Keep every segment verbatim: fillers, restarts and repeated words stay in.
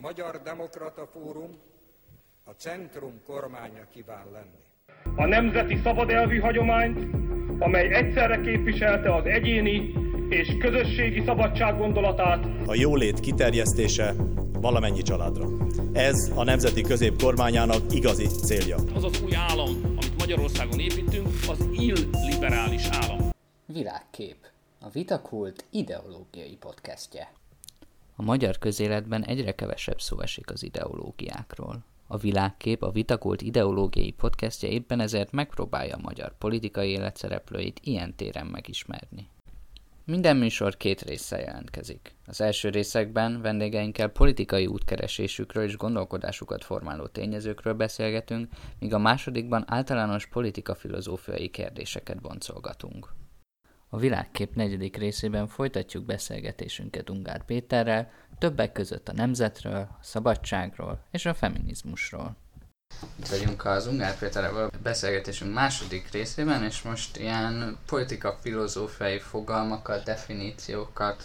Magyar Demokrata Fórum a Centrum kormánya kíván lenni. A nemzeti szabadelvű hagyományt, amely egyszerre képviselte az egyéni és közösségi szabadság gondolatát. A jólét kiterjesztése valamennyi családra. Ez a nemzeti középkormányának igazi célja. Az az új állam, amit Magyarországon építünk, az illiberális állam. Világkép. A Vitakult ideológiai podcastje. A magyar közéletben egyre kevesebb szó esik az ideológiákról. A Világkép, a Vitakult ideológiai podcastje éppen ezért megpróbálja a magyar politikai élet szereplőit ilyen téren megismerni. Minden műsor két résszel jelentkezik. Az első részekben vendégeinkkel politikai útkeresésükről és gondolkodásukat formáló tényezőkről beszélgetünk, míg a másodikban általános politika-filozófiai kérdéseket boncolgatunk. A Világkép negyedik részében folytatjuk beszélgetésünket Ungár Péterrel, többek között a nemzetről, a szabadságról és a feminizmusról. Itt vagyunk az Ungár Péterrel a beszélgetésünk második részében, és most ilyen politika-filozófiai fogalmakat, definíciókat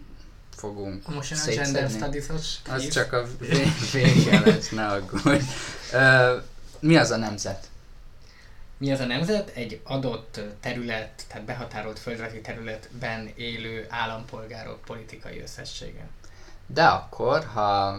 fogunk most szétszedni. Most a gender studies-os Az kvíz. csak a vége lesz, ne aggódj. Uh, mi az a nemzet? Mi az a nemzet? Egy adott terület, tehát behatárolt földrajzi területben élő állampolgárok politikai összessége. De akkor, ha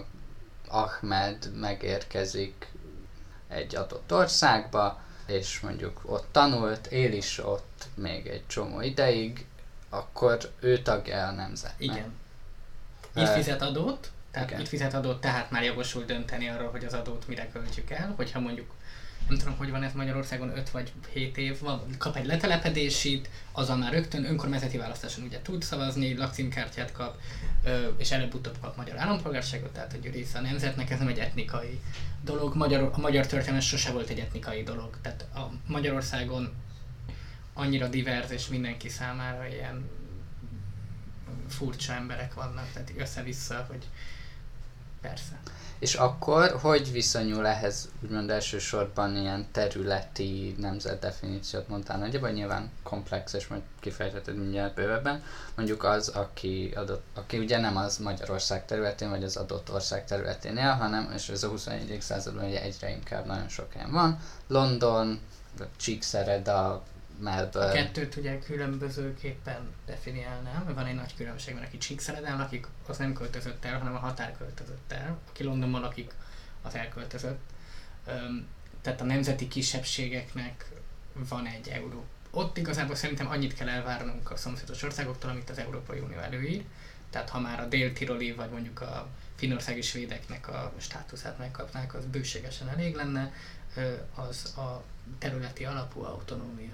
Ahmed megérkezik egy adott országba, és mondjuk ott tanult, él is ott még egy csomó ideig, akkor ő tagja a nemzetnek. Igen. Itt fizet adót, tehát Igen. itt fizet adót, tehát már jogosult dönteni arról, hogy az adót mire költjük el, hogyha mondjuk nem tudom, hogy van ez Magyarországon, öt vagy hét év van, kap egy letelepedését, azzal már rögtön önkormányzati választáson ugye tud szavazni, lakcímkártyát kap, és előbb-utóbb kap magyar állampolgárságot, tehát hogy része a nemzetnek, ez nem egy etnikai dolog. Magyar, a magyar történelem sose volt egy etnikai dolog, tehát a Magyarországon annyira divers és mindenki számára ilyen furcsa emberek vannak, tehát össze-vissza, hogy persze. És akkor hogy viszonyul ehhez úgymond elsősorban ilyen területi nemzetdefiníciót mondtál nagyjából, nyilván komplex, és majd kifejteted mindjárt bővebben, mondjuk az, aki, adott, aki ugye nem az Magyarország területén, vagy az adott ország területén él, hanem, és ez a huszonegyedik században ugye egyre inkább nagyon sok helyen van, London, Csíkszereda, Melbourne. A kettőt ugye különbözőképpen definiálnám, van egy nagy különbség, mert aki Csíkszeredán lakik, az nem költözött el, hanem a határ költözött el. Aki Londonban lakik, az elköltözött. Üm, tehát a nemzeti kisebbségeknek van egy euró. Ott igazából szerintem annyit kell elvárnunk a szomszédos országoktól, amit az Európai Unió előír. Tehát ha már a dél-tiroli, vagy mondjuk a finnországi svédeknek a státuszát megkapnák, az bőségesen elég lenne, az a területi alapú autonómia.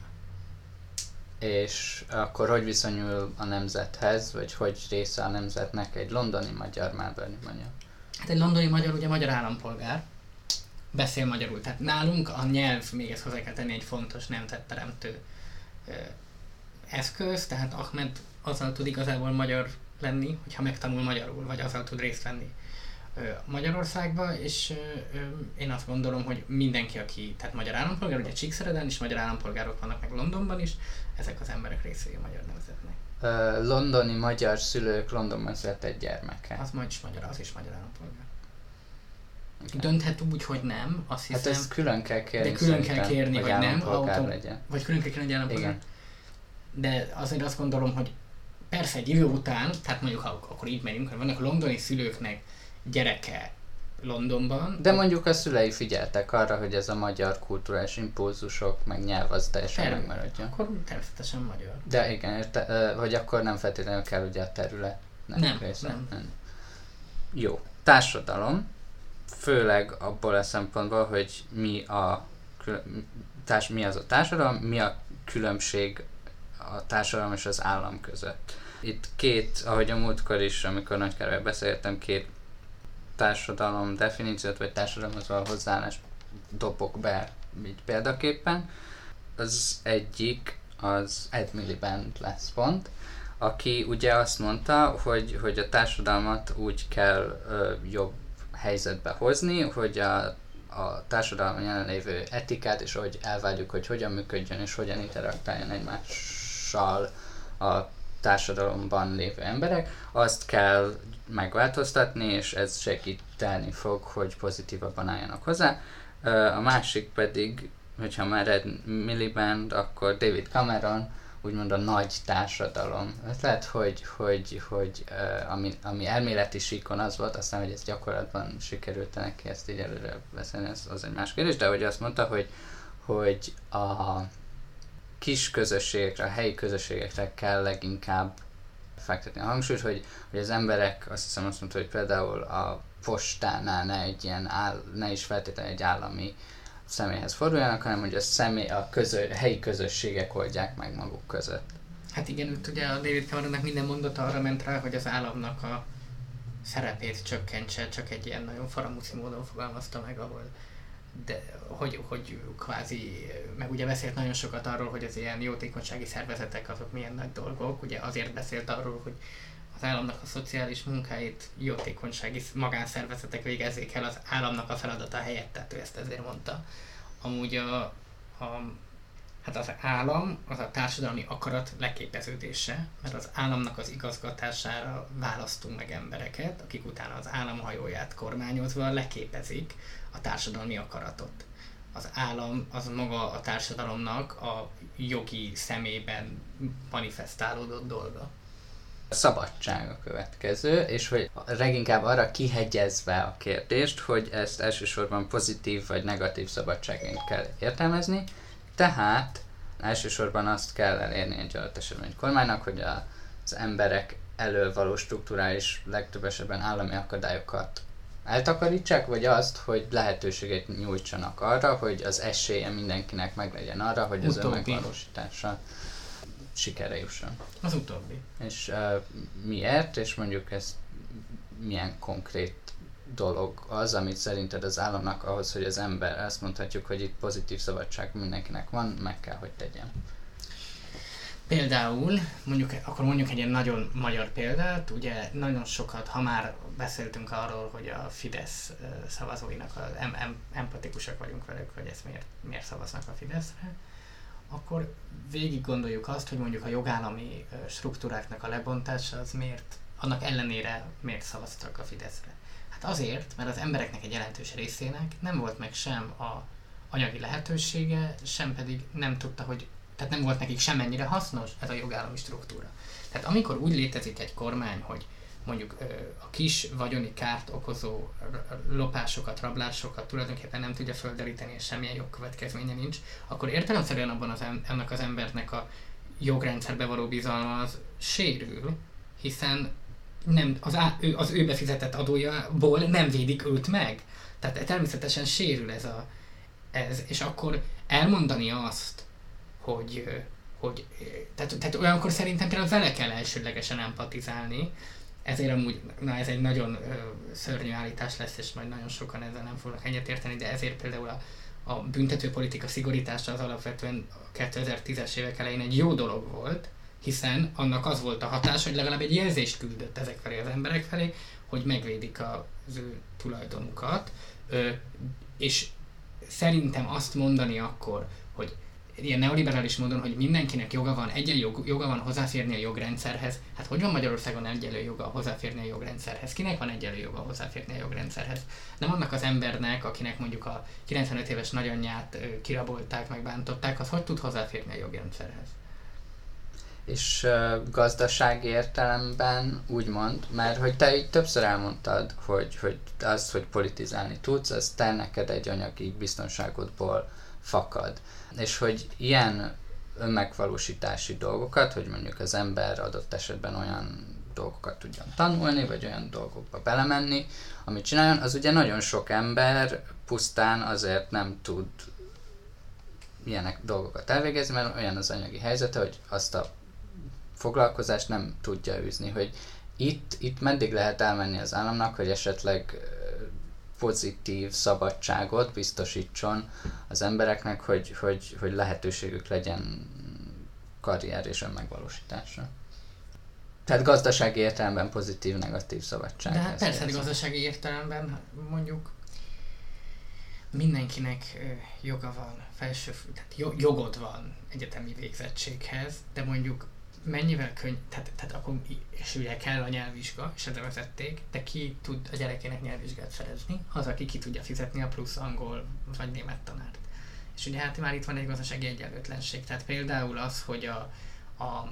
És akkor hogy viszonyul a nemzethez, vagy hogy része a nemzetnek egy londoni magyar, melbourne magyar? Hát egy londoni magyar ugye magyar állampolgár, beszél magyarul. Tehát nálunk a nyelv, még ezt hozzá kell tenni, egy fontos nemzetteremtő eszköz, tehát Ahmed azzal tud igazából magyar lenni, hogyha megtanul magyarul, vagy azzal tud részt venni Magyarországba, és én azt gondolom, hogy mindenki, aki, tehát magyar állampolgár, ugye Csíkszereden is magyar állampolgárok vannak, meg Londonban is, ezek az emberek részei a magyar nemzetnek. Uh, londoni magyar szülők Londonban született gyermeke. Az majd is magyar, az is magyar állampolgár. Okay. Dönthet úgy, hogy nem, azt hiszem. Hát ezt külön kell kérni, de külön kell kérni, hogy hogy nem, autom- legyen. Vagy külön kell kérni, hogy állampolgár. Igen. De azért azt gondolom, hogy persze egy idő után, tehát mondjuk ha akkor így megyünk, hogy vannak londoni szülőknek gyereke Londonban. De mondjuk a szülei figyeltek arra, hogy ez a magyar kulturális impulzusok, meg nyelv az teljesen Terül. megmaradjon. Akkor természetesen magyar. De igen, érte, hogy akkor nem feltétlenül kell ugye a terület. Nem, része. nem. nem. Jó. Társadalom, főleg abból a szempontból, hogy mi a társ, mi az a társadalom, mi a különbség a társadalom és az állam között. Itt két, ahogy a múltkor is, amikor Nagykárolyal beszéltem, két társadalom definíciót, vagy társadalomhoz való hozzáállást dobok be így példaképpen. Az egyik az Ed Miliband lesz pont, aki ugye azt mondta, hogy, hogy a társadalmat úgy kell ö, jobb helyzetbe hozni, hogy a, a társadalomban jelenlévő etikát, és hogy elvárjuk, hogy hogyan működjön és hogyan interaktáljon egymással a társadalomban lévő emberek, azt kell megváltoztatni, és ez segíteni fog, hogy pozitívabban álljanak hozzá. A másik pedig, hogyha már Ed Miliband, akkor David Cameron, úgymond a nagy társadalom. Lehet, hogy, hogy, hogy ami, ami elméleti síkon az volt, aztán, hogy ez gyakorlatban sikerült neki ezt így előre beszélni, ez az egy más kérdés, de hogy azt mondta, hogy, hogy a kis közösségekre, a helyi közösségekre kell leginkább fektetni a hangsúlyt, hogy, hogy az emberek, azt hiszem azt mondta, hogy például a postánál ne, egy ilyen áll, ne is feltétlenül egy állami személyhez forduljanak, hanem hogy a, személy, a közö, helyi közösségek oldják meg maguk között. Hát igen, itt ugye a David Cameronnak minden mondata arra ment rá, hogy az államnak a szerepét csökkentse, csak egy ilyen nagyon faramúci módon fogalmazta meg, ahol de hogy, hogy kvázi, meg ugye beszélt nagyon sokat arról, hogy az ilyen jótékonysági szervezetek azok milyen nagy dolgok, ugye azért beszélt arról, hogy az államnak a szociális munkáit jótékonysági magánszervezetek végezzék el az államnak a feladata helyett, tehát ő ezt ezért mondta. Amúgy a, a, hát az állam az a társadalmi akarat leképeződése, mert az államnak az igazgatására választunk meg embereket, akik utána az állam hajóját kormányozva leképezik a társadalmi akaratot. Az állam az maga a társadalomnak a jogi szemében manifestálódott dolga. A szabadság a következő, és hogy leginkább arra kihegyezve a kérdést, hogy ezt elsősorban pozitív vagy negatív szabadságként kell értelmezni, tehát elsősorban azt kell elérni egy adott esetben egy kormánynak, hogy az emberek elől való strukturális, legtöbb esetben állami akadályokat eltakarítsák, vagy azt, hogy lehetőséget nyújtsanak arra, hogy az esélye mindenkinek meglegyen arra, hogy az önmegvalósítása sikerre jusson. Az utóbbi. És uh, miért, és mondjuk ez milyen konkrét dolog az, amit szerinted az államnak ahhoz, hogy az ember, azt mondhatjuk, hogy itt pozitív szabadság mindenkinek van, meg kell, hogy tegyen. Például, mondjuk, akkor mondjuk egy ilyen nagyon magyar példát, ugye nagyon sokat, ha már beszéltünk arról, hogy a Fidesz szavazóinak az em- em- empatikusak vagyunk velük, hogy ezt miért, miért szavaznak a Fideszre, akkor végig gondoljuk azt, hogy mondjuk a jogállami struktúráknak a lebontása az miért, annak ellenére miért szavaztak a Fideszre. Hát azért, mert az embereknek egy jelentős részének nem volt meg sem a anyagi lehetősége, sem pedig nem tudta, hogy tehát nem volt nekik semmennyire hasznos ez a jogállami struktúra. Tehát amikor úgy létezik egy kormány, hogy mondjuk a kis vagyoni kárt okozó lopásokat, rablásokat tulajdonképpen nem tudja földeríteni, és semmilyen jogkövetkezménye nincs, akkor értelemszerűen abban az, ennek az embernek a jogrendszerbe való bizalma az sérül, hiszen nem, az, á, ő, az ő befizetett adójából nem védik őt meg. Tehát természetesen sérül ez, a, ez és akkor elmondani azt, hogy, hogy tehát, tehát olyankor szerintem például vele kell elsődlegesen empatizálni, ezért amúgy, na ez egy nagyon ö, szörnyű állítás lesz, és majd nagyon sokan ezzel nem fognak egyetérteni, de ezért például a, a büntetőpolitika szigorítása az alapvetően a kétezer-tízes évek elején egy jó dolog volt, hiszen annak az volt a hatás, hogy legalább egy jelzést küldött ezek felé az emberek felé, hogy megvédik az ő tulajdonukat, ö, és szerintem azt mondani akkor, hogy ilyen neoliberális módon, hogy mindenkinek joga van, egyenlő joga van hozzáférni a jogrendszerhez. Hát hogy van Magyarországon egyenlő joga hozzáférni a jogrendszerhez? Kinek van egyenlő joga hozzáférni a jogrendszerhez? Nem annak az embernek, akinek mondjuk a kilencvenöt éves nagyanyját kirabolták, megbántották, az hogy tud hozzáférni a jogrendszerhez? És uh, gazdasági értelemben úgymond, mert hogy te így többször elmondtad, hogy, hogy az, hogy politizálni tudsz, az te neked egy anyagi biztonságodból fakad. És hogy ilyen önmegvalósítási dolgokat, hogy mondjuk az ember adott esetben olyan dolgokat tudjon tanulni, vagy olyan dolgokba belemenni, amit csináljon, az ugye nagyon sok ember pusztán azért nem tud ilyenek dolgokat elvégezni, mert olyan az anyagi helyzete, hogy azt a foglalkozást nem tudja űzni, hogy itt, itt meddig lehet elmenni az államnak, hogy esetleg pozitív szabadságot biztosítson az embereknek, hogy, hogy, hogy lehetőségük legyen karrier és önmegvalósításra. Tehát gazdasági értelemben pozitív, negatív szabadság. De hát persze, gazdasági értelemben mondjuk mindenkinek joga van, felső, tehát jogod van egyetemi végzettséghez, de mondjuk mennyivel könny... Tehát, tehát akkor, és ugye kell a nyelvvizsga, és ezzel vezették, de ki tud a gyerekének nyelvvizsgát szerezni? Az, aki ki tudja fizetni a plusz angol vagy német tanárt. És ugye hát már itt van egy gazdasági egyenlőtlenség. Tehát például az, hogy a, a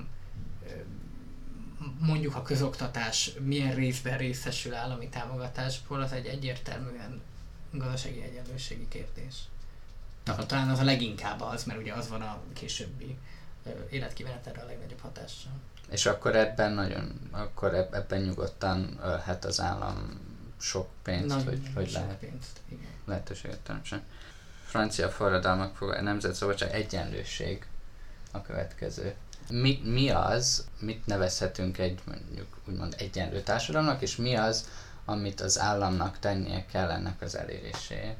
mondjuk a közoktatás milyen részben részesül állami támogatásból, az egy egyértelműen gazdasági egyenlőségi kérdés. Na, talán az a leginkább az, mert ugye az van a későbbi életkimenetelre a legnagyobb hatással. És akkor ebben nagyon, akkor ebben nyugodtan ölhet az állam sok pénzt, Nagy, hogy, hogy sok lehet, pénzt, igen. lehetőséget teremtsen. Francia forradalmak fog, a nemzetszabadság, egyenlőség a következő. Mi, mi az, mit nevezhetünk egy mondjuk úgymond egyenlő társadalomnak, és mi az, amit az államnak tennie kell ennek az eléréséért?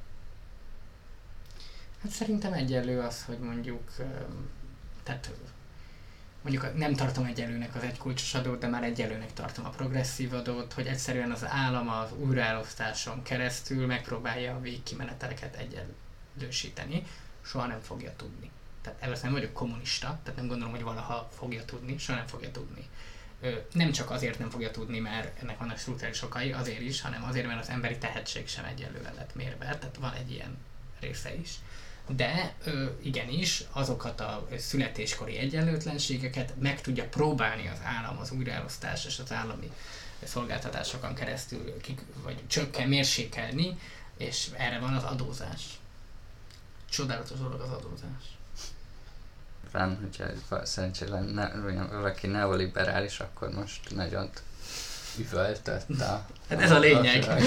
Hát szerintem egyenlő az, hogy mondjuk, tehát mondjuk nem tartom egyenlőnek az egykulcsos adót, de már egyenlőnek tartom a progresszív adót, hogy egyszerűen az állam az újraelosztáson keresztül megpróbálja a végkimeneteleket egyenlősíteni, soha nem fogja tudni. Tehát először nem vagyok kommunista, tehát nem gondolom, hogy valaha fogja tudni, soha nem fogja tudni. Ö, nem csak azért nem fogja tudni, mert ennek vannak strukturális okai, azért is, hanem azért, mert az emberi tehetség sem egyenlően lett mérve, tehát van egy ilyen része is. De ö, igenis, azokat a születéskori egyenlőtlenségeket meg tudja próbálni az állam, az újraelosztás és az állami szolgáltatásokon keresztül kik, vagy csökken, mérsékelni, és erre van az adózás. Csodálatos dolog az adózás. Rám, hogyha szerencsére ne, valaki neoliberális, akkor most nagyon üvöltött a... Hát ez a lényeg. A,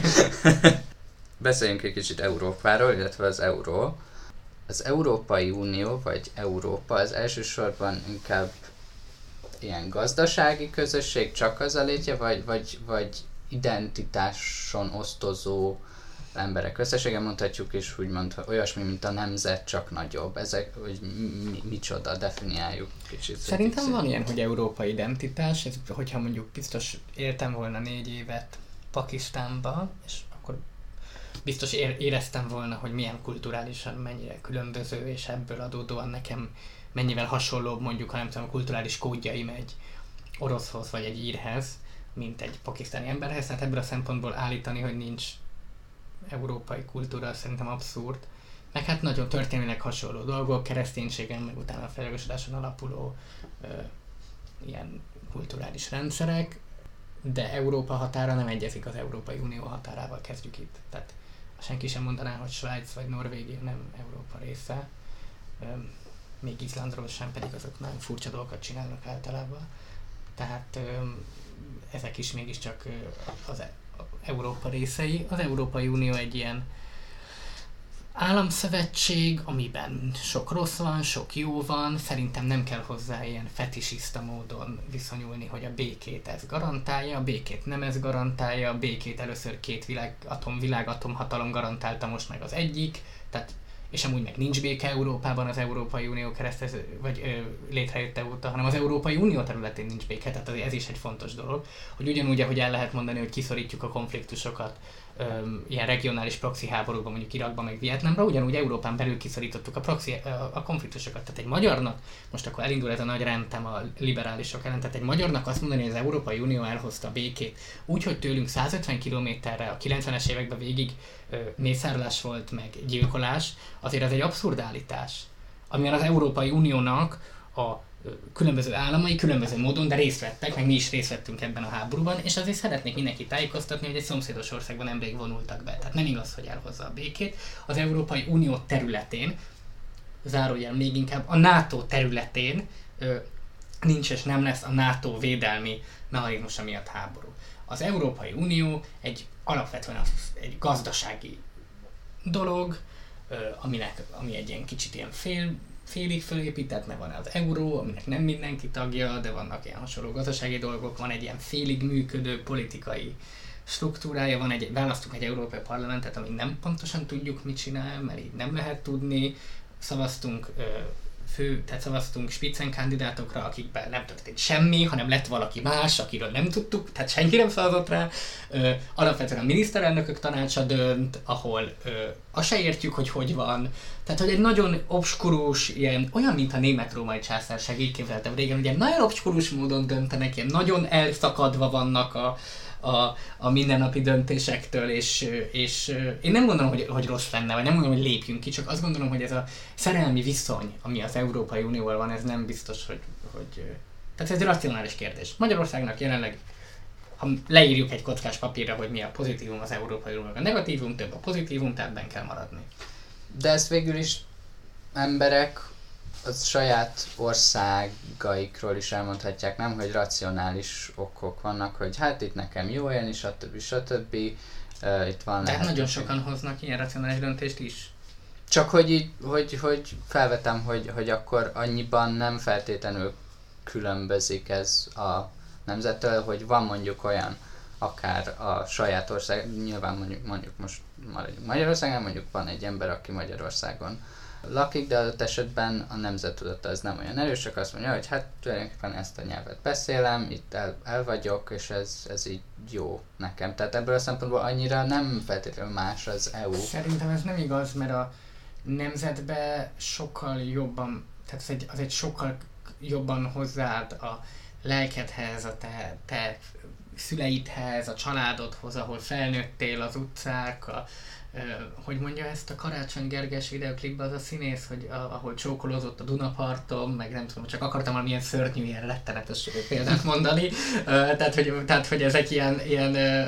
Beszéljünk egy kicsit Európáról, illetve az euró. Az Európai Unió, vagy Európa az elsősorban inkább ilyen gazdasági közösség, csak az a létje, vagy, vagy, vagy identitáson osztozó emberek összessége, mondhatjuk is úgymond olyasmi, mint a nemzet, csak nagyobb. Ezek, hogy mi, micsoda, definiáljuk kicsit. Szerintem van ilyen, hogy európai identitás, ez, hogyha mondjuk biztos éltem volna négy évet Pakisztánba, és akkor biztos éreztem volna, hogy milyen kulturálisan mennyire különböző, és ebből adódóan nekem mennyivel hasonlóbb mondjuk, ha nem tudom, a kulturális kódjaim egy oroszhoz vagy egy írhez, mint egy pakisztáni emberhez. Tehát ebből a szempontból állítani, hogy nincs európai kultúra, szerintem abszurd. Meg hát nagyon történelmileg hasonló dolgok, kereszténységen, meg utána a felvilágosodáson alapuló ö, ilyen kulturális rendszerek, de Európa határa nem egyezik az Európai Unió határával, kezdjük itt. Tehát senki sem mondaná, hogy Svájc vagy Norvégia nem Európa része. Ö, még Izlandról sem, pedig azok nagyon furcsa dolgokat csinálnak általában. Tehát ö, ezek is mégiscsak ö, az Európa részei. Az Európai Unió egy ilyen államszövetség, amiben sok rossz van, sok jó van, szerintem nem kell hozzá ilyen fetisiszta módon viszonyulni, hogy a békét ez garantálja, a békét nem ez garantálja, a békét először két világ, atom, világ atomhatalom garantálta, most meg az egyik, tehát, és amúgy meg nincs béke Európában az Európai Unió keresztez, vagy ö, létrejötte óta, hanem az Európai Unió területén nincs béke, tehát ez is egy fontos dolog, hogy ugyanúgy, ahogy el lehet mondani, hogy kiszorítjuk a konfliktusokat, Öm, ilyen regionális proxy háborúban, mondjuk Irakban, meg Vietnámra, ugyanúgy Európán belül kiszorítottuk a, proxy, a, a konfliktusokat. Tehát egy magyarnak, most akkor elindul ez a nagy rendtem a liberálisok ellen, tehát egy magyarnak azt mondani, hogy az Európai Unió elhozta a békét, úgy, hogy tőlünk százötven kilométerre a kilencvenes években végig ö, mészárlás volt, meg gyilkolás, azért ez egy abszurd állítás, amivel az Európai Uniónak a különböző államai különböző módon, de részt vettek, meg mi is részt vettünk ebben a háborúban, és azért szeretnék mindenki tájékoztatni, hogy egy szomszédos országban nemrég vonultak be. Tehát nem igaz, hogy elhozza a békét. Az Európai Unió területén, zárójel még inkább a NATO területén ö, nincs és nem lesz a NATO védelmi mechanizmusa miatt háború. Az Európai Unió egy alapvetően egy gazdasági dolog, ö, aminek, ami egy ilyen kicsit ilyen fél félig fölépített, mert van az euró, aminek nem mindenki tagja, de vannak ilyen hasonló gazdasági dolgok, van egy ilyen félig működő politikai struktúrája, van egy, választunk egy Európai Parlamentet, ami nem pontosan tudjuk, mit csinál, mert így nem lehet tudni, szavaztunk ö, fő, tehát szavaztunk spitzenkandidátokra, akikben nem történt semmi, hanem lett valaki más, akiről nem tudtuk, tehát senki nem szavazott rá. Ö, alapvetően a miniszterelnökök tanácsa dönt, ahol ö, azt se értjük, hogy hogy van. Tehát, hogy egy nagyon obskurus, ilyen, olyan, mint a német-római császárság, így képzeltem régen, ugye nagyon obskurus módon döntenek, ilyen nagyon elszakadva vannak a A, a mindennapi döntésektől, és, és én nem gondolom, hogy, hogy rossz lenne, vagy nem gondolom, hogy lépjünk ki, csak azt gondolom, hogy ez a szerelmi viszony, ami az Európai Unióval van, ez nem biztos, hogy... hogy tehát ez egy racionális kérdés. Magyarországnak jelenleg, ha leírjuk egy kockás papírra, hogy mi a pozitívum az Európai Unióval, a negatívum, több a pozitívum, tehát benn kell maradni. De ezt végül is emberek az saját országaikról is elmondhatják, nem, hogy racionális okok vannak, hogy hát itt nekem jó élni, stb. stb. Uh, itt van Tehát nagyon sokan hoznak ilyen racionális döntést is. Csak hogy, így, hogy, hogy felvetem, hogy, hogy akkor annyiban nem feltétlenül különbözik ez a nemzettől, hogy van mondjuk olyan, akár a saját ország, nyilván mondjuk, mondjuk most maradjunk Magyarországon, mondjuk van egy ember, aki Magyarországon lakik, de adott esetben a nemzettudata az nem olyan erős, csak azt mondja, hogy hát tulajdonképpen ezt a nyelvet beszélem, itt el, el vagyok, és ez, ez így jó nekem. Tehát ebből a szempontból annyira nem feltétlenül más az é u. Szerintem ez nem igaz, mert a nemzetbe sokkal jobban, tehát az egy, az egy sokkal jobban hozzáad a lelkedhez, a te, te szüleidhez, a családodhoz, ahol felnőttél, az utcák, a, Uh, hogy mondja ezt a Karácsony Gergely videoklipben az a színész, hogy a, ahol csókolózott a Dunaparton, meg nem tudom, csak akartam valamilyen szörnyű, ilyen rettenetes példát mondani. Uh, tehát, hogy, tehát, hogy ezek ilyen, ilyen uh,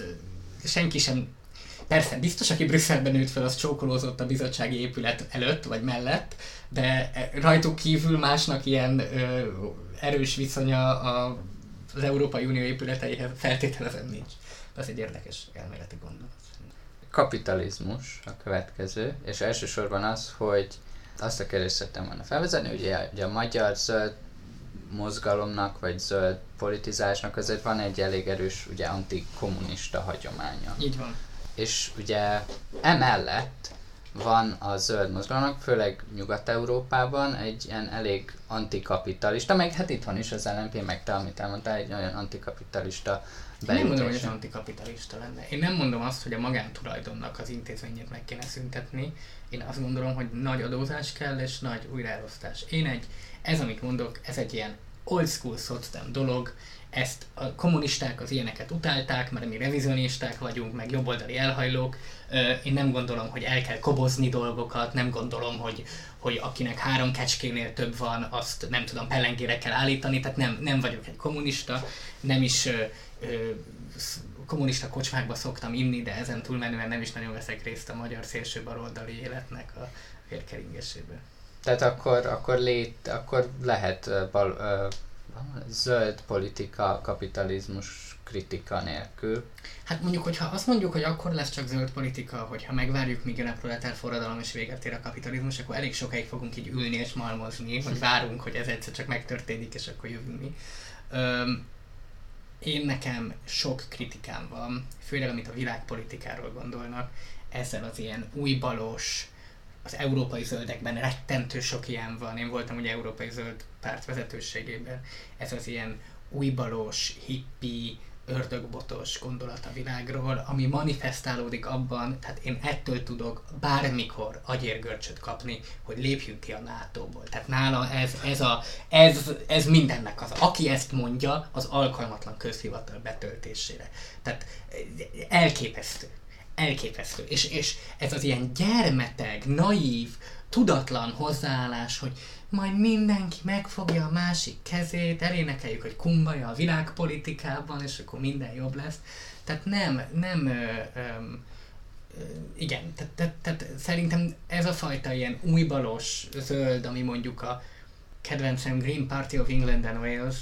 uh, senki sem, persze biztos, aki Brüsszelben nőtt fel, az csókolózott a bizottsági épület előtt, vagy mellett, de rajtuk kívül másnak ilyen uh, erős viszonya a, az Európai Unió épületeihez feltételezem nincs. Ez egy érdekes elméleti gondolat. Kapitalizmus a következő, és elsősorban az, hogy azt a kérdést szerettem volna felvezetni, ugye, ugye a magyar zöld mozgalomnak, vagy zöld politizásnak azért van egy elég erős, ugye antikommunista hagyománya. Így van. És ugye emellett van a zöld mozgalomnak, főleg Nyugat-Európában egy ilyen elég antikapitalista, meg hát itthon is az el em pé, meg te, amit elmondtál, egy olyan antikapitalista Én nem mondom, hogy ez antikapitalista lenne. Én nem mondom azt, hogy a magántulajdonnak az intézményét meg kéne szüntetni. Én azt gondolom, hogy nagy adózás kell és nagy újraelosztás. Én egy, ez amit mondok, ez egy ilyen old school szocdem dolog, ezt a kommunisták az ilyeneket utálták, mert mi revizionisták vagyunk, meg jobboldali elhajlók. Én nem gondolom, hogy el kell kobozni dolgokat, nem gondolom, hogy, hogy akinek három kecskénél több van, azt nem tudom, pellengére kell állítani, tehát nem, nem vagyok egy kommunista, nem is ö, ö, kommunista kocsmákba szoktam inni, de ezen túlmenően nem is nagyon veszek részt a magyar szélső baloldali életnek a vérkeringésében. Tehát akkor, akkor, lét, akkor lehet bal, ö, zöld politika, kapitalizmus kritika nélkül. Hát mondjuk, hogyha azt mondjuk, hogy akkor lesz csak zöld politika, hogyha megvárjuk, míg jön a proletár forradalom és véget ér a kapitalizmus, akkor elég sokáig fogunk így ülni és malmozni, hogy várunk, hogy ez egyszer csak megtörténik, és akkor jövünk mi. Öm, én nekem sok kritikám van, főleg amit a világpolitikáról gondolnak, ezzel az ilyen újbalos, az európai zöldekben rettentő sok ilyen van. Én voltam ugye európai zöld párt vezetőségében. Ez az ilyen újbalos, hippi, ördögbotos gondolat a világról, ami manifestálódik abban, tehát én ettől tudok bármikor agyérgörcsöt kapni, hogy lépjünk ki a nátóból. Tehát nála ez, ez, a, ez, ez mindennek az. Aki ezt mondja, az alkalmatlan közhivatal betöltésére. Tehát elképesztő. Elképesztő. És, és ez az ilyen gyermeteg, naív, tudatlan hozzáállás, hogy majd mindenki megfogja a másik kezét, elénekeljük, hogy kumbaja a világpolitikában, és akkor minden jobb lesz. Tehát nem, nem, ö, ö, ö, igen, tehát, tehát, tehát szerintem ez a fajta ilyen újbalos zöld, ami mondjuk a kedvencem Green Party of England and Wales,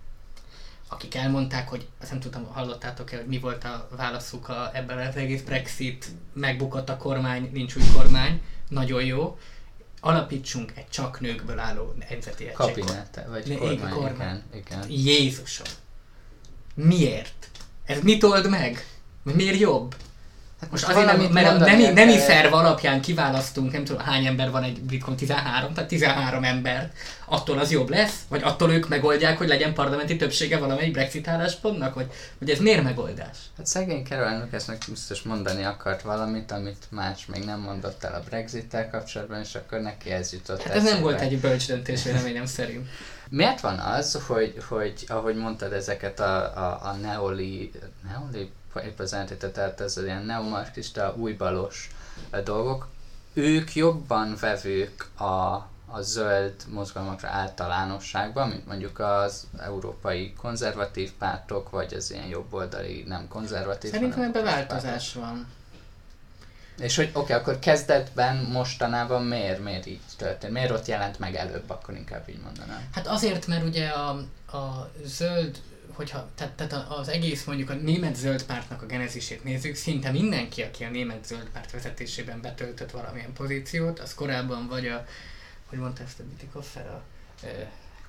akik elmondták, hogy azt nem tudom, hallottátok-e, hogy mi volt a válaszuk a, ebben az egész Brexit, megbukott a kormány, nincs új kormány, nagyon jó. Alapítsunk egy csak nőkből álló nemzeti egység. Kabinete, vagy ne, kormány, kormány. Igen, igen. Jézusom! Miért? Ez mit old meg? Miért jobb? Most azért nem, mert a nemi, nemi szerv alapján kiválasztunk, nem tudom hány ember van egy britkon, tizenhárom, tehát tizenhárom ember. Attól az jobb lesz? Vagy attól ők megoldják, hogy legyen parlamenti többsége valamelyik Brexit álláspontnak? Vagy, vagy ez miért megoldás? Hát szegény Carol Lucasnak biztos mondani akart valamit, amit más még nem mondott el a Brexit-tel kapcsolatban, és akkor neki ez jutott. Hát ez nem volt egy bölcs döntés véleményem szerint. Miért van az, hogy, hogy ahogy mondtad ezeket a, a, a neoli, neoli épp az eltétet, tehát ez az ilyen neomarxista, újbalos dolgok, ők jobban vevők a, a zöld mozgalmakra általánosságban, mint mondjuk az európai konzervatív pártok, vagy az ilyen jobboldali, nem konzervatív. Szerintem ebben változás van. És hogy oké, okay, akkor kezdetben mostanában miért, miért így történt? Miért ott jelent meg előbb, akkor inkább így mondanám? Hát azért, mert ugye a, a zöld, hogyha, tehát, tehát az egész mondjuk a német zöld pártnak a genezisét nézzük, szinte mindenki, aki a német zöld párt vezetésében betöltött valamilyen pozíciót, az korábban vagy a, hogy mondta ezt a Bütikofer, a e,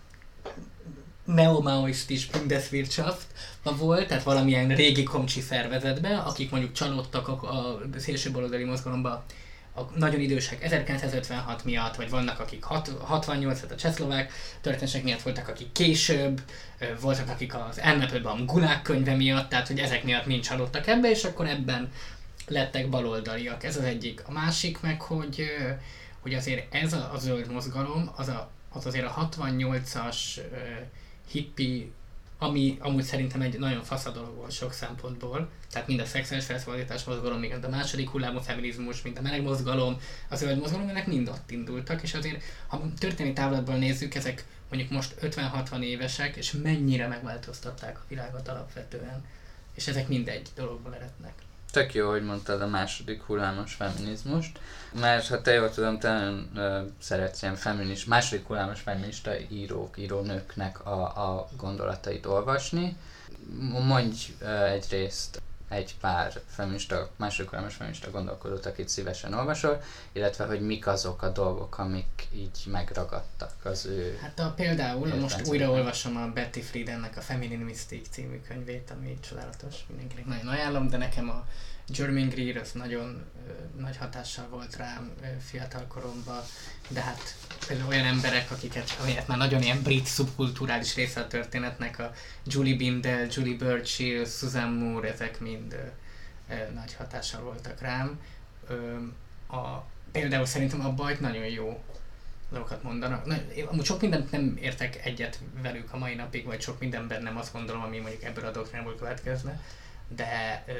neomaoistis Bundeswirtschaftban volt, tehát valamilyen régi komcsi szervezetben, akik mondjuk csalódtak a, a szélsőbaloldali mozgalomba a nagyon idősek ezerkilencszázötvenhat miatt, vagy vannak akik hatvannyolc, tehát a csehszlovák történések miatt voltak, akik később, voltak akik az Ernepelbaum Gulag könyve miatt, tehát hogy ezek miatt mind csalódtak ebbe, és akkor ebben lettek baloldaliak. Ez az egyik. A másik meg, hogy, hogy azért ez a, a zöld mozgalom, az, a, az azért a hatvannyolcas uh, hippi, ami amúgy szerintem egy nagyon fasz a dolog volt sok szempontból, tehát mind a szexuális felszabadítás mozgalom, mind a második hullámú feminizmus, mind a meleg mozgalom, a zöld mozgalom, ennek mind ott indultak, és azért, ha történelmi távlatból nézzük, ezek mondjuk most ötven-hatvan évesek, és mennyire megváltoztatták a világot alapvetően, és ezek mind egy dologból erednek. Tök jó, hogy mondtad a második hullámos feminizmust, mert ha te jól tudom, te nagyon uh, szeretsz ilyen feminist, második hullámos feminista írók, írónőknek a, a gondolatait olvasni. Mondj uh, egyrészt egy pár feminista, második hullámos feminista gondolkodót, akit szívesen olvasol, illetve hogy mik azok a dolgok, amik így megragadtak az ő... Hát a, például most újra olvasom a Betty Friedannek a Feminine Mystique című könyvét, ami csodálatos, mindenkinek nagyon ajánlom, de nekem a Germaine Greer az nagyon ö, nagy hatással volt rám ö, fiatal koromban, de hát például olyan emberek, akiket, amiket már nagyon ilyen brit szubkulturális része a történetnek, a Julie Bindel, Julie Burchill, Susan Moore, ezek mind ö, ö, nagy hatással voltak rám. Ö, a, például szerintem a Bajt nagyon jó dolgokat mondanak. Na, amúgy sok mindent nem értek egyet velük a mai napig, vagy sok mindenben nem azt gondolom, ami mondjuk ebből a doktrínából következne, de ö,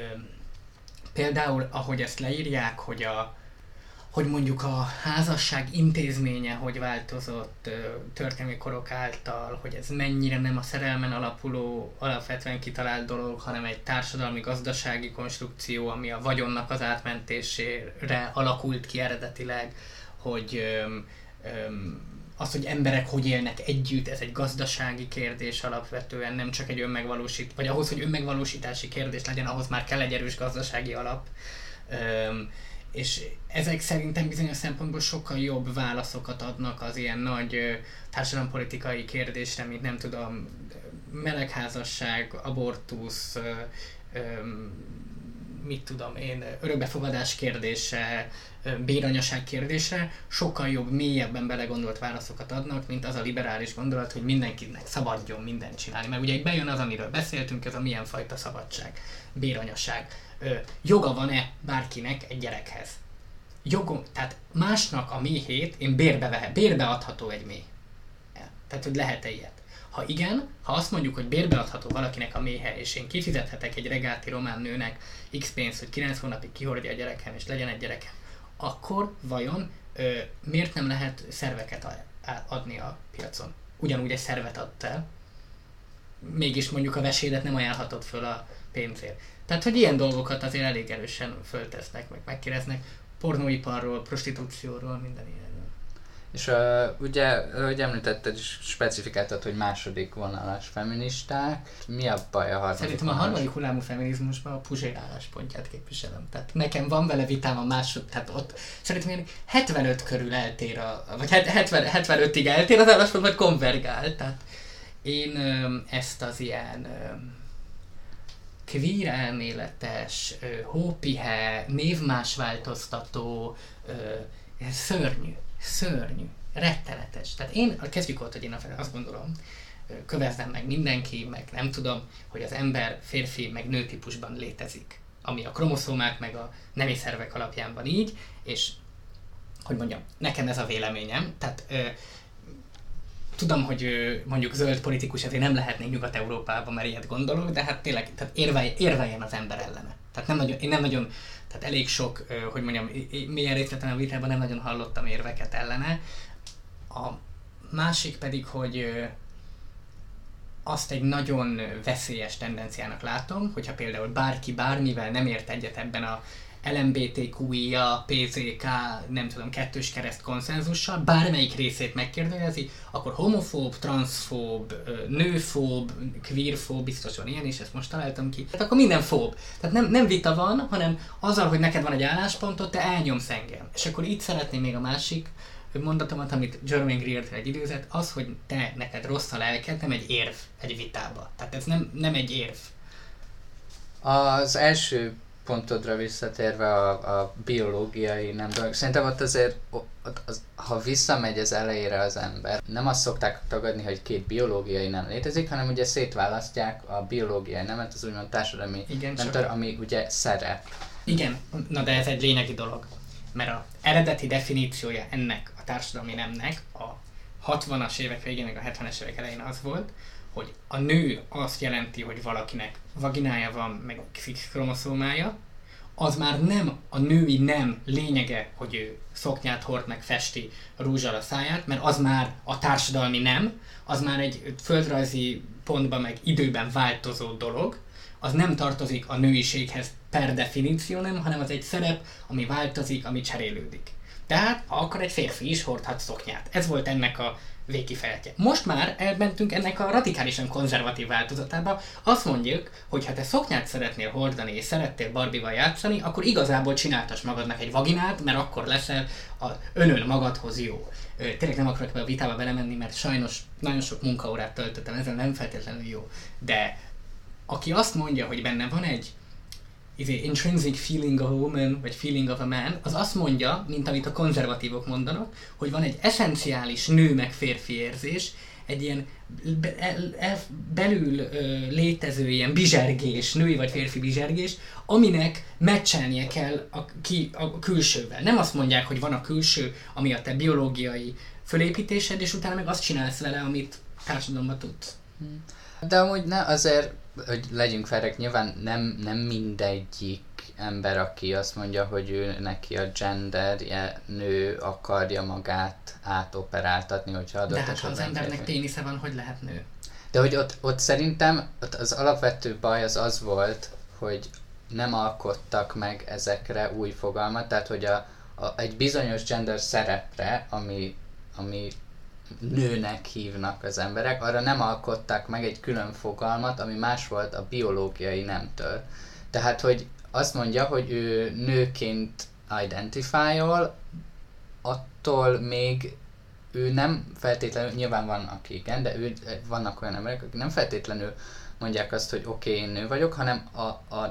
például, ahogy ezt leírják, hogy, a, hogy mondjuk a házasság intézménye hogy változott ö, történelmi korok által, hogy ez mennyire nem a szerelmen alapuló, alapvetően kitalált dolog, hanem egy társadalmi-gazdasági konstrukció, ami a vagyonnak az átmentésére alakult ki eredetileg, hogy ö, ö, az, hogy emberek hogy élnek együtt, ez egy gazdasági kérdés alapvetően, nem csak egy önmegvalósít, vagy ahhoz, hogy önmegvalósítási kérdés legyen, ahhoz már kell egy erős gazdasági alap. Üm, és ezek szerintem bizonyos szempontból sokkal jobb válaszokat adnak az ilyen nagy ö, társadalompolitikai kérdésre, mint nem tudom, melegházasság, abortusz, ö, ö, mit tudom én, örökbefogadás kérdése, béranyaság kérdésre, sokkal jobb, mélyebben belegondolt válaszokat adnak, mint az a liberális gondolat, hogy mindenkinek szabadjon mindent csinálni. Mert ugye itt bejön az, amiről beszéltünk, ez a milyen fajta szabadság, béranyaság. Ö, joga van-e bárkinek egy gyerekhez? Jogom, tehát másnak a méhét én bérbe vehet, bérbe adható egy méh. Tehát, hogy lehet-e ilyet? Ha igen, ha azt mondjuk, hogy bérbeadható valakinek a méhe, és én kifizethetek egy regáti román nőnek x pénzt, hogy kilenc hónapig kihordja a gyerekem, és legyen egy gyerekem, akkor vajon ö, miért nem lehet szerveket a, a, adni a piacon? Ugyanúgy egy szervet adsz el, mégis mondjuk a vesédet nem ajánlhatod föl a pénzért. Tehát, hogy ilyen dolgokat azért elég erősen föltesznek, meg megkérdeznek pornóiparról, prostitúcióról, minden ilyenről. És uh, ugye, hogy említetted, is specifikáltad, hogy második vonalas feministák. Mi a baj a harmadik Szerintem a harmadik hullámú feminizmusban a Puzsér álláspontját képviselem. Tehát nekem van vele vitám a másod, tehát ott szerintem ilyen hetvenöt körül eltér, a, vagy hetven, hetvenötig eltér az álláspont, vagy konvergál. Tehát én öm, ezt az ilyen öm, queer elméletes, hópihe, névmás változtató, szörnyű, szörnyű, rettenetes. Tehát én, kezdjük ott, hogy én azt gondolom, kövezzem meg mindenki, meg nem tudom, hogy az ember férfi meg nő típusban létezik. Ami a kromoszómák meg a nemi szervek alapján van így, és hogy mondjam, nekem ez a véleményem. Tehát ö, tudom, hogy ö, mondjuk zöld politikus ezért nem lehetnék Nyugat-Európában, mert ilyet gondolok, de hát tényleg tehát érvelj, érveljen az ember ellene. Tehát nem nagyon, én nem nagyon, tehát elég sok, ö, hogy mondjam, milyen részt vettem a vitában, nem nagyon hallottam érveket ellene. A másik pedig, hogy ö, azt egy nagyon veszélyes tendenciának látom, hogyha például bárki bármivel nem ért egyet ebben a el em bé té kú i á, pé zé ká, nem tudom, kettős kereszt konszenzussal, bármelyik részét megkérdezi, akkor homofób, transzfób, nőfób, queerfób, biztos van ilyen is, ezt most találtam ki. Tehát akkor minden fób. Tehát nem, nem vita van, hanem azzal, hogy neked van egy álláspontod, te elnyomsz engem. És akkor itt szeretném még a másik mondatomat, amit Germaine Greer-től egy időzet, az, hogy te, neked rossz a lelked, nem egy érv egy vitába. Tehát ez nem, nem egy érv. Az első pontodra visszatérve a, a biológiai nem dolog. Szerintem ott azért, ott az, ha visszamegy az elejére az ember, nem azt szokták tagadni, hogy két biológiai nem létezik, hanem ugye szétválasztják a biológiai nemet, az úgymond társadalmi nemtől, ami ugye szerep. Igen, na de ez egy lényegi dolog. Mert az eredeti definíciója ennek a társadalmi nemnek a hatvanas évek végén, meg a hetvenes évek elején az volt, hogy a nő azt jelenti, hogy valakinek vaginája van, meg X kromoszómája, az már nem a női nem lényege, hogy ő szoknyát hord, meg festi rúzsal a száját, mert az már a társadalmi nem, az már egy földrajzi pontban, meg időben változó dolog, az nem tartozik a nőiséghez per definíció nem, hanem az egy szerep, ami változik, ami cserélődik. Tehát, ha akar, egy férfi is hordhat szoknyát. Ez volt ennek a végkifejletje. Most már elmentünk ennek a radikálisan konzervatív változatába. Azt mondjuk, hogy ha te szoknyát szeretnél hordani és szerettél Barbie-val játszani, akkor igazából csináltass magadnak egy vaginát, mert akkor leszel a önön magadhoz jó. Tényleg nem akarok be a vitába belemenni, mert sajnos nagyon sok munkaórát töltöttem, ezzel nem feltétlenül jó. De aki azt mondja, hogy benne van egy intrinsic feeling of a woman, vagy feeling of a man, az azt mondja, mint amit a konzervatívok mondanak, hogy van egy eszenciális nő meg férfi érzés, egy ilyen be, el, belül ö, létező ilyen bizsergés, női vagy férfi bizsergés, aminek meccselnie kell a, ki, a külsővel. Nem azt mondják, hogy van a külső, ami a te biológiai fölépítésed, és utána meg azt csinálsz vele, amit társadalomban tudsz. De amúgy ne, azért, hogy legyünk felek, nyilván nem, nem mindegyik ember, aki azt mondja, hogy ő neki a genderje nő, akarja magát átoperáltatni, hogyha adott de hát ha az esetben embernek férfi. pénisze van, hogy lehet nő? De hogy ott, ott szerintem ott az alapvető baj az az volt, hogy nem alkottak meg ezekre új fogalmat, tehát hogy a, a, egy bizonyos gender szerepre, ami, ami nőnek hívnak az emberek, arra nem alkották meg egy külön fogalmat, ami más volt a biológiai nemtől. Tehát, hogy azt mondja, hogy ő nőként identifájol, attól még ő nem feltétlenül, nyilván van aki igen, de ő, vannak olyan emberek, akik nem feltétlenül mondják azt, hogy oké, okay, én nő vagyok, hanem a, a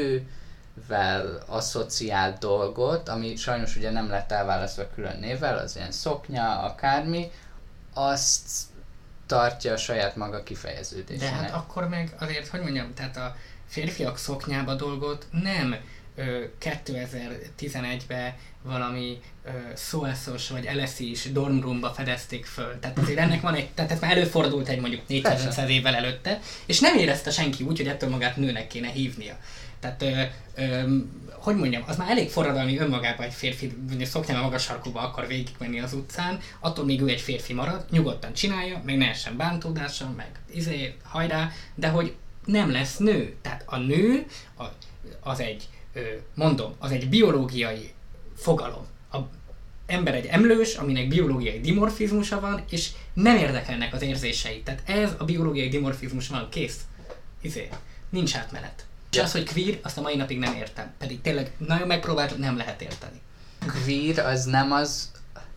nővel asszociált dolgot, ami sajnos ugye nem lett elválasztva külön névvel, az ilyen szoknya, akármi, azt tartja a saját maga kifejeződésének. De hát akkor meg azért, hogy mondjam, tehát a férfiak szoknyába dolgot nem ö, kétezer-tizenegyben valami ö, szóeszos vagy el es i-s dormroomba fedezték föl. Tehát azért ennek van egy, tehát ez már előfordult egy mondjuk négyszáz évvel előtte, és nem érezte senki úgy, hogy ettől magát nőnek kéne hívnia. Tehát, ö, ö, hogy mondjam, az már elég forradalmi önmagában, egy férfi szoknyában magas sarkúba akar végigmenni az utcán, attól még ő egy férfi marad, nyugodtan csinálja, meg ne essen bántódása, meg izé, hajrá, de hogy nem lesz nő. Tehát a nő a, az egy, ö, mondom, az egy biológiai fogalom. A ember egy emlős, aminek biológiai dimorfizmusa van, és nem érdekelnek az érzései. Tehát ez a biológiai dimorfizmus van, kész. Izé, nincs átmenet. És az, hogy queer, azt a mai napig nem értem. Pedig tényleg nagyon megpróbált, nem lehet érteni. Queer az nem az,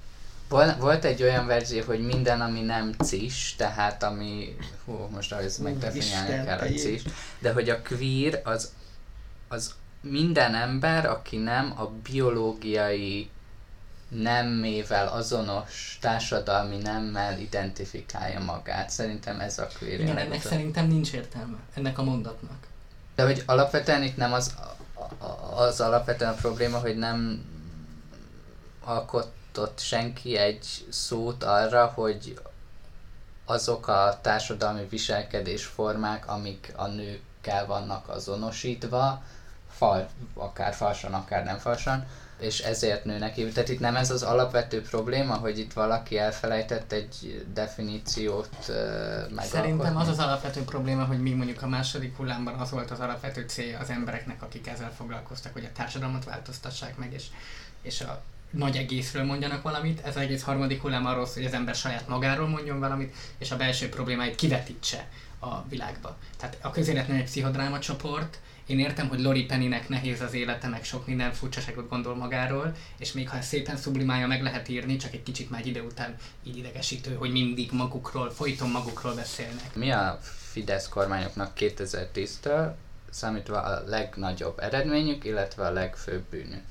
volt egy olyan verzió, hogy minden, ami nem cis, tehát ami, hú, most ahogy megdefiniálni kell a cis, de hogy a queer az, az minden ember, aki nem a biológiai nemmével azonos társadalmi nemmel identifikálja magát. Szerintem ez a queer. Igen, ennek a... szerintem nincs értelme, ennek a mondatnak. De hogy alapvetően itt nem az, az alapvetően a probléma, hogy nem alkotott senki egy szót arra, hogy azok a társadalmi viselkedésformák, amik a nőkkel vannak azonosítva, fal, akár falsan, akár nem falsan, és ezért nőnek hívjuk. Tehát itt nem ez az alapvető probléma, hogy itt valaki elfelejtett egy definíciót uh, megalkotni? Szerintem az az alapvető probléma, hogy mi mondjuk a második hullámban az volt az alapvető célja az embereknek, akik ezzel foglalkoztak, hogy a társadalmat változtassák meg, és, és a nagy egészről mondjanak valamit. Ez az egész harmadik hullám arról szól, hogy az ember saját magáról mondjon valamit, és a belső problémáit kivetítse a világba. Tehát a közélet nem egy pszichodráma csoport. Én értem, hogy Lori Pennynek nehéz az élete, meg sok minden furcsaságot gondol magáról, és még ha szépen sublimálja, meg lehet írni, csak egy kicsit már idő után így idegesítő, hogy mindig magukról, folyton magukról beszélnek. Mi a Fidesz kormányoknak kétezer-tíztől számítva a legnagyobb eredményük, illetve a legfőbb bűnük?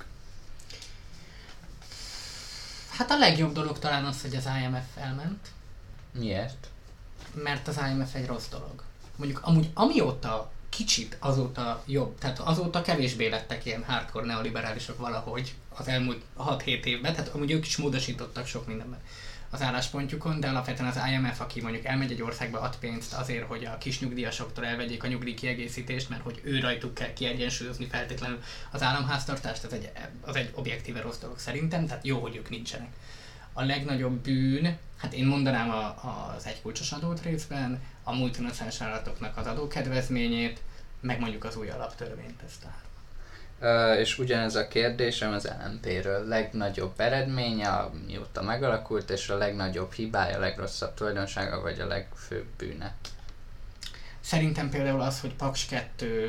Hát a legjobb dolog talán az, hogy az I M F elment. Miért? Mert az I M F egy rossz dolog. Mondjuk amúgy amióta kicsit azóta jobb, tehát azóta kevésbé lettek ilyen hardcore neoliberálisok valahogy az elmúlt hat-hét évben, tehát amúgy ők is módosítottak sok mindenben az álláspontjukon, de alapvetően az I M F, aki mondjuk elmegy egy országba, ad pénzt azért, hogy a kis nyugdíjasoktól elvegyék a nyugdíj kiegészítést, mert hogy ő rajtuk kell kiegyensúlyozni feltétlenül az államháztartást, az egy, az egy objektíve rossz dolog szerintem, tehát jó, hogy ők nincsenek. A legnagyobb bűn, hát én mondanám a, az egykulcsos adót részben, a multinacionális vállalatoknak az adókedvezményét, meg mondjuk az új alaptörvényt, ezt a három. Uh, és ugyanez a kérdésem az el em pé-ről. Legnagyobb eredménye, mióta megalakult, és a legnagyobb hibája, a legrosszabb tulajdonsága, vagy a legfőbb bűne? Szerintem például az, hogy Paks kettő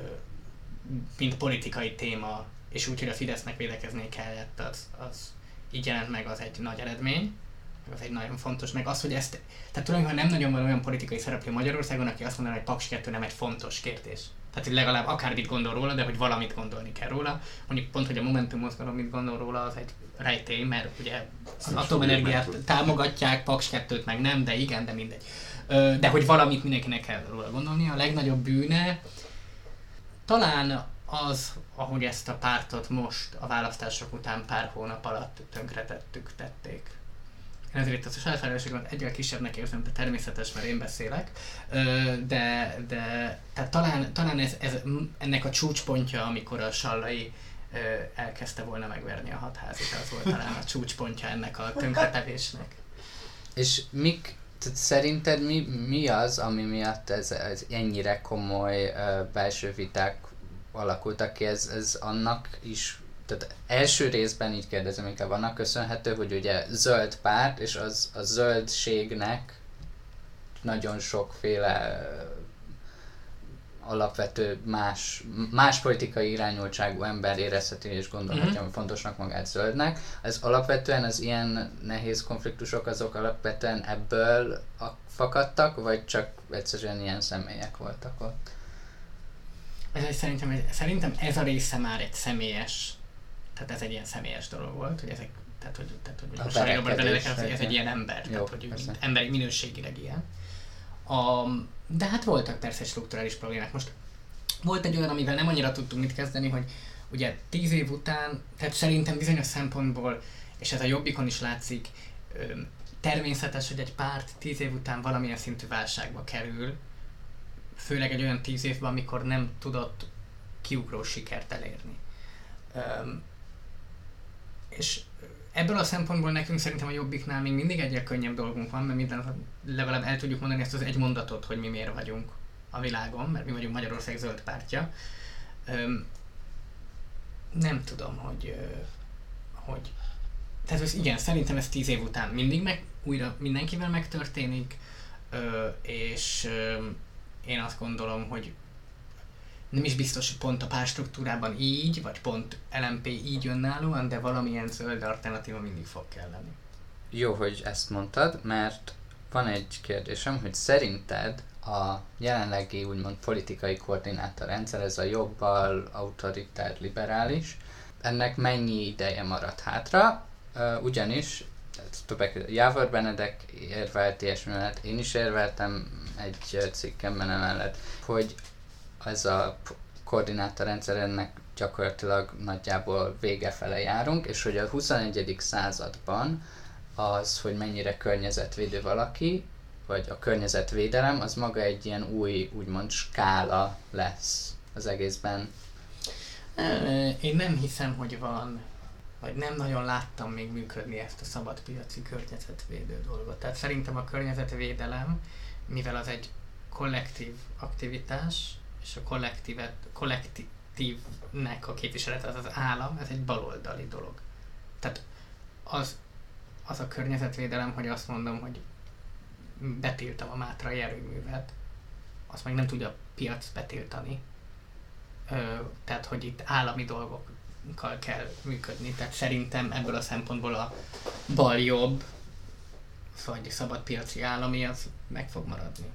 mint politikai téma, és úgy, hogy a Fidesznek védekezni kellett, az, az így jelent meg, az egy nagy eredmény. Az egy nagyon fontos, meg az, hogy ezt, tehát tulajdonképpen nem nagyon van olyan politikai szereplő Magyarországon, aki azt mondaná, hogy Paks kettő nem egy fontos kérdés. Tehát, hogy legalább akármit gondol róla, de hogy valamit gondolni kell róla. Mondjuk pont, hogy a Momentum mozgalom mit gondol róla, az egy rejtély, mert ugye az atomenergiát támogatják, Paks kettőt meg nem, de igen, de mindegy. De hogy valamit mindenkinek kell róla gondolni. A legnagyobb bűne talán az, ahogy ezt a pártot most a választások után pár hónap alatt tönkretettük, tették. Én ezért itt a saját felelősségemet egyel kisebbnek érzem, de természetes, mert én beszélek. De, de tehát talán, talán ez, ez ennek a csúcspontja, amikor a Sallai elkezdte volna megverni a Hatházit, az volt talán a csúcspontja ennek a tönkretevésnek. És mik, tehát szerinted mi, mi az, ami miatt ez, ez ennyire komoly uh, belső viták alakultak ki? Ez, ez annak is, tehát első részben így kérdezem, inkább annak köszönhető, hogy ugye zöld párt, és az a zöldségnek nagyon sokféle alapvető más, más politikai irányultságú ember érezheti és gondolhatja, mm-hmm. hogy fontosnak magát zöldnek. Ez alapvetően az ilyen nehéz konfliktusok azok alapvetően ebből fakadtak, vagy csak egyszerűen ilyen személyek voltak ott? Ez egy, szerintem, szerintem ez a része már egy személyes, tehát ez egy ilyen személyes dolog volt, hogy ezek, tehát hogy, tehát, hogy most a jobban belenekem, hogy ez egy ilyen ember, jó, tehát hogy persze. Emberi minőségileg ilyen. A, de hát voltak persze strukturális problémák. Most volt egy olyan, amivel nem annyira tudtunk mit kezdeni, hogy ugye tíz év után, tehát szerintem bizonyos szempontból, és ez a Jobbikon is látszik, természetes, hogy egy párt tíz év után valamilyen szintű válságba kerül, főleg egy olyan tíz évben, amikor nem tudott kiugró sikert elérni. Um, és ebből a szempontból nekünk szerintem a Jobbiknál még mindig egyre könnyebb dolgunk van, mert minden, legalább el tudjuk mondani ezt az egy mondatot, hogy mi miért vagyunk a világon, mert mi vagyunk Magyarország zöld pártja. Um, nem tudom, hogy, uh, hogy... Tehát ez igen, szerintem ez tíz év után mindig meg, újra mindenkivel megtörténik, uh, és uh, én azt gondolom, hogy nem is biztos, hogy pont a pártstruktúrában így, vagy pont el em pé így önállóan, de valamilyen zöld alternatíva mindig fog kelleni. jó, hogy ezt mondtad, mert van egy kérdésem, hogy szerinted a jelenlegi úgymond politikai koordinátorrendszer, ez a jobbal, autoritár, liberális, ennek mennyi ideje maradt hátra, uh, ugyanis többek Jávor Benedek érvelt ilyesmi mellett, én is érveltem egy cikkemben emellett, hogy ez a koordinátorrendszer ennek gyakorlatilag nagyjából vége fele járunk, és hogy a huszonegyedik században az, hogy mennyire környezetvédő valaki, vagy a környezetvédelem, az maga egy ilyen új, úgymond skála lesz az egészben. Én nem hiszem, hogy van, vagy nem nagyon láttam még működni ezt a szabadpiaci környezetvédő dolgot. Tehát szerintem a környezetvédelem, mivel az egy kollektív aktivitás, és a kollektívet, kollektívnek a képviselete az az állam, ez egy baloldali dolog. Tehát az, az a környezetvédelem, hogy azt mondom, hogy betiltam a mátrai erőművet, azt meg nem tudja a piac betiltani. Ö, tehát, hogy itt állami dolgokkal kell működni. Tehát szerintem ebből a szempontból a bal-jobb, vagy szabadpiaci állami, az meg fog maradni.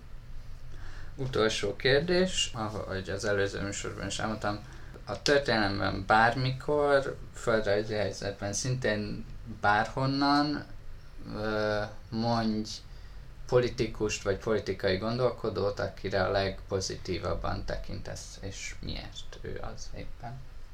Utolsó kérdés, ahogy az előző műsorban is elmondtam, a történelemben bármikor, földrajzi helyzetben szintén bárhonnan ö, mondj politikust vagy politikai gondolkodót, akire a legpozitívabban tekintesz, és miért ő az éppen?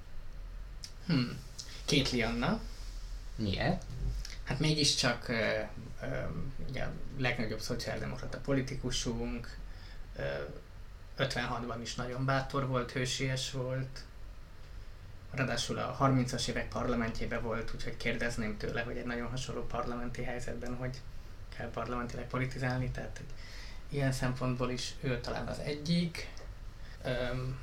Hmm. Kétli Anna. Miért? Hát mégiscsak ö, ö, ugye a legnagyobb szociáldemokrata politikusunk, ö, ötvenhatban is nagyon bátor volt, hősies volt, ráadásul a harmincas évek parlamentjében volt, úgyhogy kérdezném tőle, hogy egy nagyon hasonló parlamenti helyzetben, hogy kell parlamentileg politizálni, tehát ilyen szempontból is ő talán az egyik. Öm,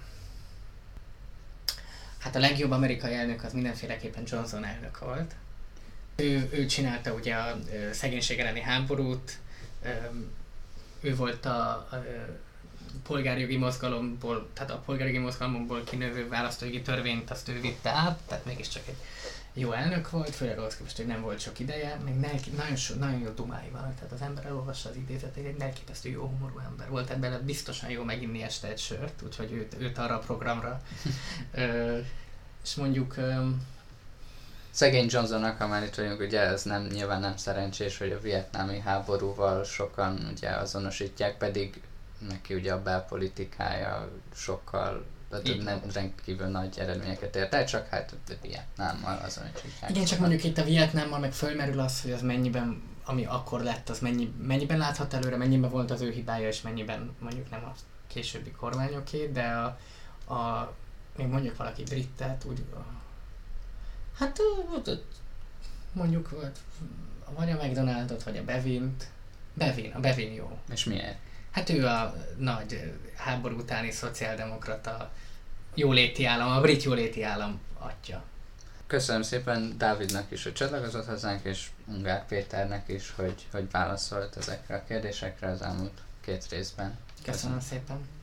hát a legjobb amerikai elnök az mindenféleképpen Johnson elnök volt. Ő, ő csinálta ugye a ö, szegénység elleni háborút, öm, ő volt a, a, a polgárjogi mozgalomból, tehát a polgárjogi mozgalomból kinövő választójogi törvényt azt ő vitte át, tehát mégiscsak egy jó elnök volt, főleg ahhoz képest, hogy nem volt sok ideje, még nelki, nagyon, so, nagyon jó dumái van, tehát az ember elolvassa az idézetét, egy elképesztő jó humorú ember volt, ebben biztosan jó meginni este egy sört, úgyhogy őt, őt arra a programra. Ö, és mondjuk... Ö, Szegény Johnsonnak, ha már itt vagyunk, ugye ez nem, nyilván nem szerencsés, hogy a vietnámi háborúval sokan ugye azonosítják, pedig neki ugye a belpolitikája sokkal nem rendkívül nagy eredményeket ért el, csak hát a Vietnámmal azonosítják. Igen, csak mondjuk itt a Vietnámmal meg fölmerül az, hogy az mennyiben, ami akkor lett, az mennyi, mennyiben láthat előre, mennyiben volt az ő hibája, és mennyiben mondjuk nem a későbbi kormányoké, de a, a még mondjuk valaki brittet, úgy, hát mondjuk vagy a McDonaldot, vagy a Bevint, Bevin, a Bevin jó. És miért? Hát ő a nagy háború utáni szociáldemokrata jóléti állam, a brit jóléti állam atya. Köszönöm szépen Dávidnak is, hogy csatlakozott hozzánk, és Ungár Péternek is, hogy, hogy válaszolt ezekre a kérdésekre az elmúlt két részben. Köszönöm, Köszönöm szépen.